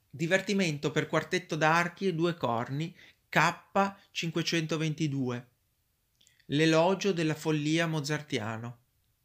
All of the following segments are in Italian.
Divertimento per quartetto d'archi e due corni, K522. L'elogio della follia mozartiano.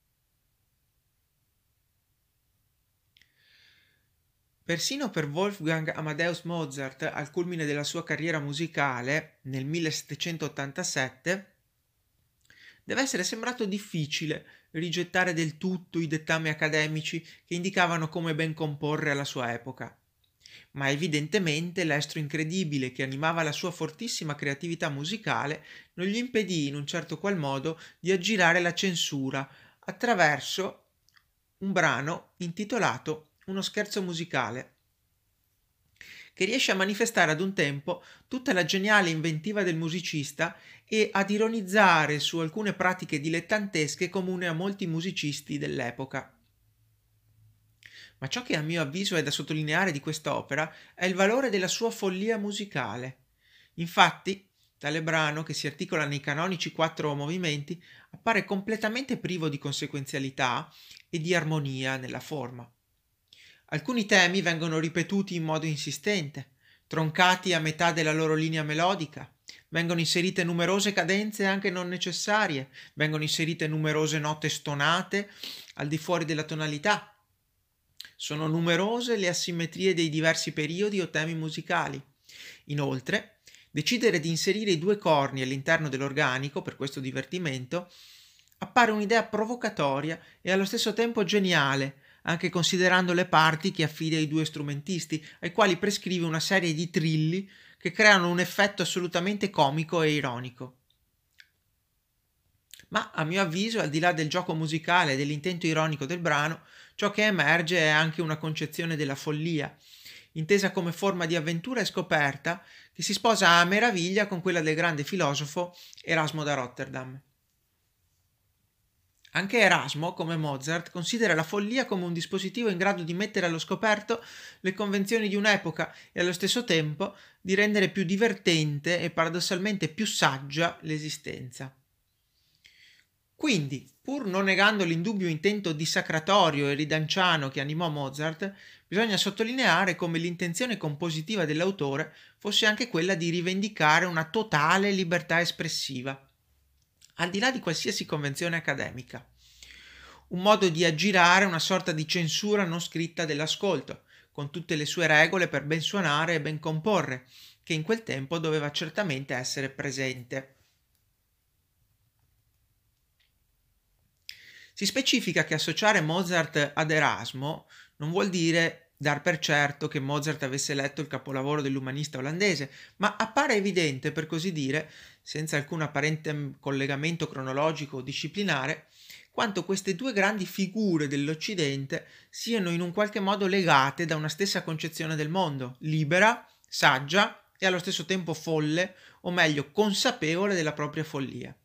Persino per Wolfgang Amadeus Mozart, al culmine della sua carriera musicale, nel 1787, deve essere sembrato difficile rigettare del tutto i dettami accademici che indicavano come ben comporre alla sua epoca. Ma evidentemente l'estro incredibile che animava la sua fortissima creatività musicale non gli impedì in un certo qual modo di aggirare la censura attraverso un brano intitolato Uno scherzo musicale, che riesce a manifestare ad un tempo tutta la geniale inventiva del musicista e ad ironizzare su alcune pratiche dilettantesche comuni a molti musicisti dell'epoca. Ma ciò che a mio avviso è da sottolineare di quest'opera è il valore della sua follia musicale. Infatti, tale brano, che si articola nei canonici 4 movimenti, appare completamente privo di conseguenzialità e di armonia nella forma. Alcuni temi vengono ripetuti in modo insistente, troncati a metà della loro linea melodica, vengono inserite numerose cadenze anche non necessarie, vengono inserite numerose note stonate al di fuori della tonalità. Sono numerose le asimmetrie dei diversi periodi o temi musicali. Inoltre, decidere di inserire i due corni all'interno dell'organico per questo divertimento appare un'idea provocatoria e allo stesso tempo geniale, anche considerando le parti che affida ai due strumentisti, ai quali prescrive una serie di trilli che creano un effetto assolutamente comico e ironico. Ma a mio avviso, al di là del gioco musicale e dell'intento ironico del brano, ciò che emerge è anche una concezione della follia, intesa come forma di avventura e scoperta che si sposa a meraviglia con quella del grande filosofo Erasmo da Rotterdam. Anche Erasmo, come Mozart, considera la follia come un dispositivo in grado di mettere allo scoperto le convenzioni di un'epoca e allo stesso tempo di rendere più divertente e paradossalmente più saggia l'esistenza. Quindi, pur non negando l'indubbio intento dissacratorio e ridanciano che animò Mozart, bisogna sottolineare come l'intenzione compositiva dell'autore fosse anche quella di rivendicare una totale libertà espressiva, al di là di qualsiasi convenzione accademica. Un modo di aggirare una sorta di censura non scritta dell'ascolto, con tutte le sue regole per ben suonare e ben comporre, che in quel tempo doveva certamente essere presente. Si specifica che associare Mozart ad Erasmo non vuol dire dar per certo che Mozart avesse letto il capolavoro dell'umanista olandese, ma appare evidente, per così dire, senza alcun apparente collegamento cronologico o disciplinare, quanto queste due grandi figure dell'Occidente siano in un qualche modo legate da una stessa concezione del mondo, libera, saggia e allo stesso tempo folle, o meglio consapevole della propria follia.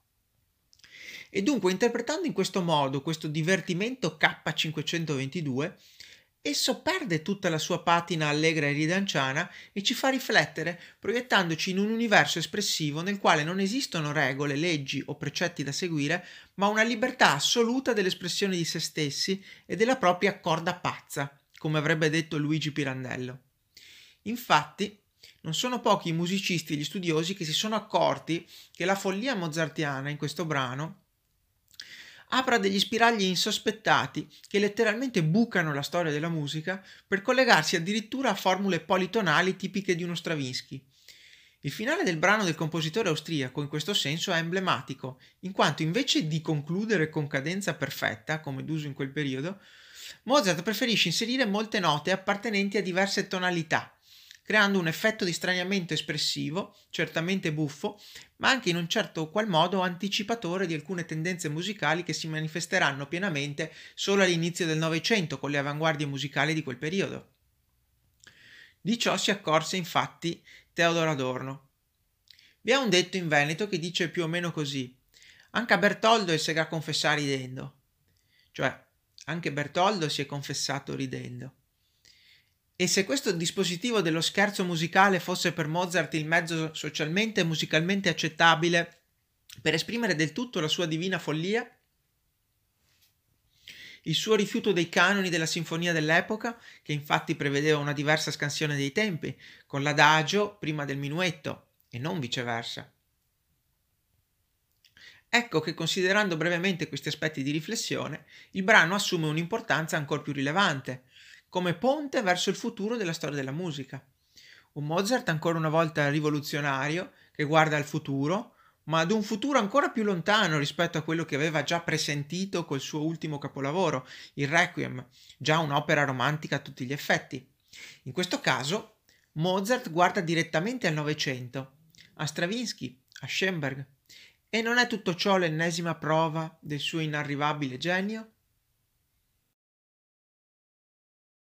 E dunque, interpretando in questo modo questo divertimento K522, esso perde tutta la sua patina allegra e ridanciana e ci fa riflettere, proiettandoci in un universo espressivo nel quale non esistono regole, leggi o precetti da seguire, ma una libertà assoluta dell'espressione di se stessi e della propria corda pazza, come avrebbe detto Luigi Pirandello. Infatti, non sono pochi i musicisti e gli studiosi che si sono accorti che la follia mozartiana in questo brano apra degli spiragli insospettati che letteralmente bucano la storia della musica per collegarsi addirittura a formule politonali tipiche di uno Stravinsky. Il finale del brano del compositore austriaco in questo senso è emblematico, in quanto invece di concludere con cadenza perfetta, come d'uso in quel periodo, Mozart preferisce inserire molte note appartenenti a diverse tonalità, creando un effetto di straniamento espressivo, certamente buffo, ma anche in un certo qual modo anticipatore di alcune tendenze musicali che si manifesteranno pienamente solo all'inizio del Novecento con le avanguardie musicali di quel periodo. Di ciò si accorse infatti Theodor Adorno. Vi è un detto in Veneto che dice più o meno così: anche a Bertoldo si ga confessà ridendo, cioè anche Bertoldo si è confessato ridendo. E se questo dispositivo dello scherzo musicale fosse per Mozart il mezzo socialmente e musicalmente accettabile per esprimere del tutto la sua divina follia, Il suo rifiuto dei canoni della sinfonia dell'epoca, che infatti prevedeva una diversa scansione dei tempi, con l'adagio prima del minuetto e non viceversa. Ecco che considerando brevemente questi aspetti di riflessione, il brano assume un'importanza ancora più rilevante, come ponte verso il futuro della storia della musica. Un Mozart ancora una volta rivoluzionario, che guarda al futuro, ma ad un futuro ancora più lontano rispetto a quello che aveva già presentito col suo ultimo capolavoro, il Requiem, già un'opera romantica a tutti gli effetti. In questo caso, Mozart guarda direttamente al Novecento, a Stravinsky, a Schoenberg. E non è tutto ciò l'ennesima prova del suo inarrivabile genio?